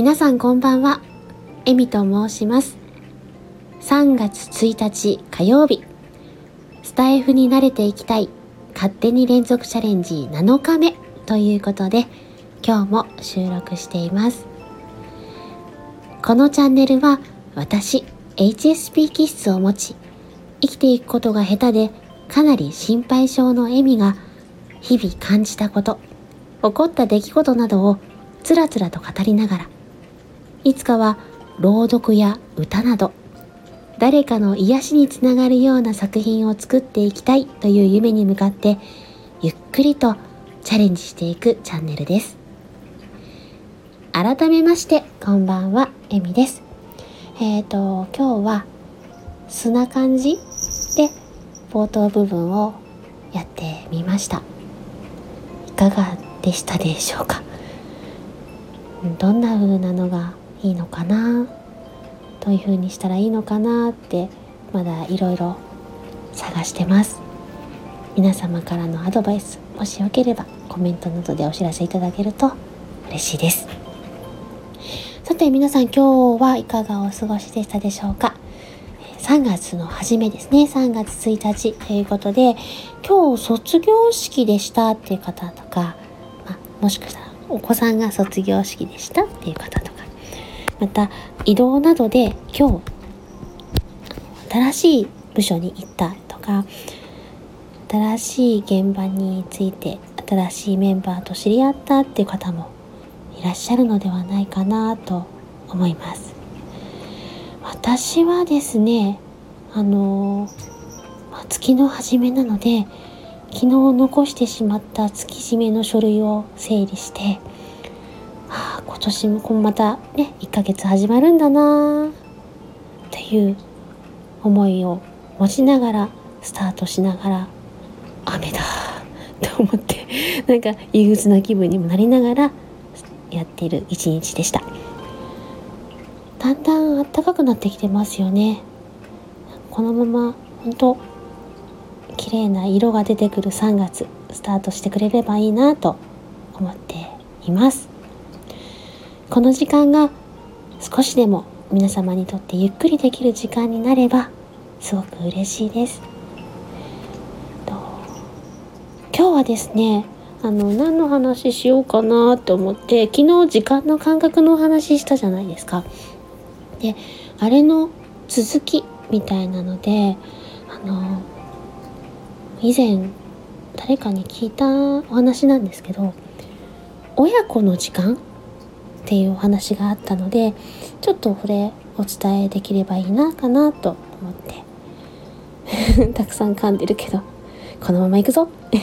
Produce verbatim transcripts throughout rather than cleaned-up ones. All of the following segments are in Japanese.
皆さんこんばんは、えみと申します。さんがつついたち火曜日、スタイフに慣れていきたい勝手に連続チャレンジなのかめということで、今日も収録しています。このチャンネルは私 エイチエスピー 気質を持ち、生きていくことが下手でかなり心配性のえみが日々感じたこと、起こった出来事などをつらつらと語りながら、いつかは朗読や歌など誰かの癒しにつながるような作品を作っていきたいという夢に向かってゆっくりとチャレンジしていくチャンネルです。改めましてこんばんは、えみです。えーと今日は素な感じで冒頭部分をやってみました。いかがでしたでしょうか。どんな風なのがいいのかな、どういう風にしたらいいのかなってまだいろいろ探してます。皆様からのアドバイス、もしよければコメントなどでお知らせいただけると嬉しいです。さて皆さん、今日はいかがお過ごしでしたでしょうか。さんがつの初めですね、さんがつついたちということで、今日卒業式でしたっていう方とか、まあ、もしかしたらお子さんが卒業式でしたっていう方とか、また移動などで今日新しい部署に行ったとか、新しい現場について新しいメンバーと知り合ったっていう方もいらっしゃるのではないかなと思います。私はですね、あの、まあ、月の初めなので、昨日残してしまった月締めの書類を整理して、はあ、今年もまたねいっかげつ始まるんだなっていう思いを持ちながらスタートしながら、雨だと思ってなんか憂鬱な気分にもなりながらやっている一日でした。だんだん暖かくなってきてますよね。このまま本当綺麗な色が出てくるさんがつスタートしてくれればいいなと思っています。この時間が少しでも皆様にとってゆっくりできる時間になればすごく嬉しいです。と今日はですね、あの何の話しようかなと思って、昨日時間の感覚のお話したじゃないですか。で、あれの続きみたいなので、あの以前誰かに聞いたお話なんですけど、親子の時間っていうお話があったので、ちょっとこれお伝えできればいいなかなと思ってたくさん噛んでるけどこのまま行くぞで、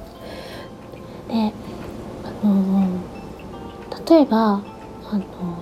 あの例えばあの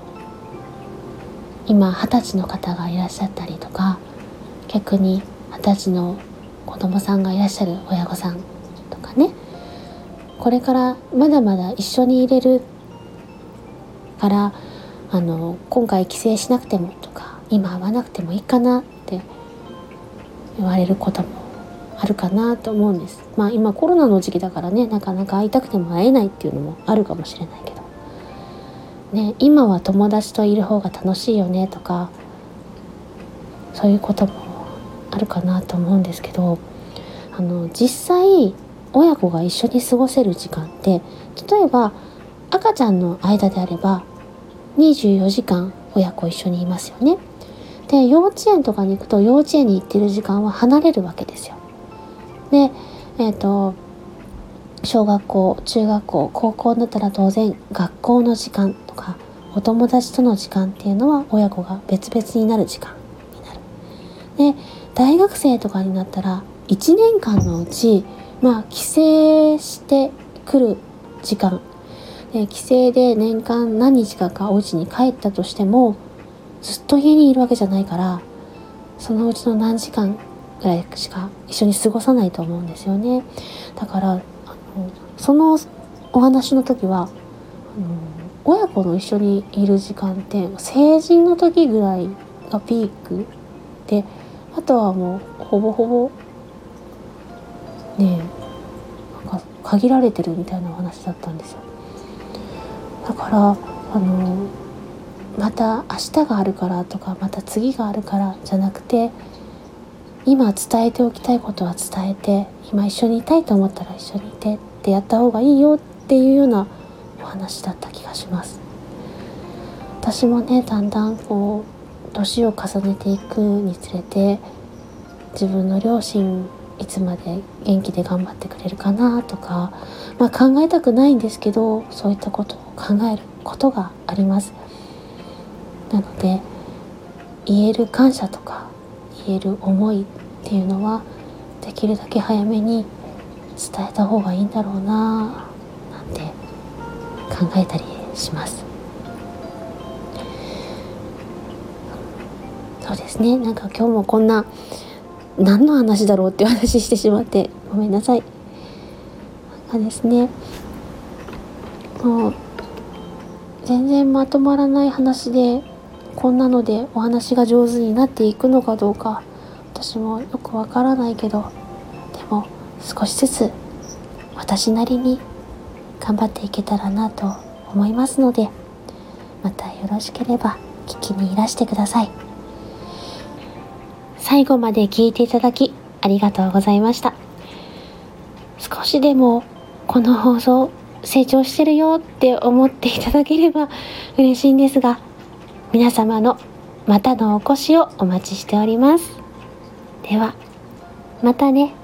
今二十歳の方がいらっしゃったりとか、逆に二十歳の子供さんがいらっしゃる親御さんとかね、これからまだまだ一緒にいれるから、あの今回帰省しなくてもとか、今会わなくてもいいかなって言われることもあるかなと思うんです。まあ今コロナの時期だからね、なかなか会いたくても会えないっていうのもあるかもしれないけどね、今は友達といる方が楽しいよねとか、そういうこともあるかなと思うんですけど、あの実際親子が一緒に過ごせる時間って、例えば赤ちゃんの間であればにじゅうよじかん親子一緒にいますよね。で、幼稚園とかに行くと幼稚園に行ってる時間は離れるわけですよ。で、えっと小学校、中学校、高校になったら当然学校の時間とかお友達との時間っていうのは親子が別々になる時間になる。で、大学生とかになったらいちねんかんのうち、まあ帰省してくる時間で、帰省で年間何日かかお家に帰ったとしてもずっと家にいるわけじゃないから、そのうちの何時間ぐらいしか一緒に過ごさないと思うんですよね。だからあのそのお話の時は、あの親子の一緒にいる時間って成人の時ぐらいがピークで、あとはもうほぼほぼねえなんか限られてるみたいなお話だったんですよ。だからあのまた明日があるからとかまた次があるからじゃなくて、今伝えておきたいことは伝えて、今一緒にいたいと思ったら一緒にいてってやった方がいいよっていうようなお話だった気がします。私もね、だんだんこう年を重ねていくにつれて、自分の両親いつまで元気で頑張ってくれるかなとか、まあ、考えたくないんですけど、そういったことを考えることがあります。なので言える感謝とか言える思いっていうのはできるだけ早めに伝えた方がいいんだろうななんて考えたりします。そうですね、なんか今日もこんな何の話だろうっていう話してしまってごめんなさい。なんかですね、もう全然まとまらない話で、こんなのでお話が上手になっていくのかどうか私もよくわからないけど、でも少しずつ私なりに頑張っていけたらなと思いますので、またよろしければ聞きにいらしてください。最後まで聞いていただきありがとうございました。少しでもこの放送成長してるよって思っていただければ嬉しいんですが、皆様のまたのお越しをお待ちしております。ではまたね。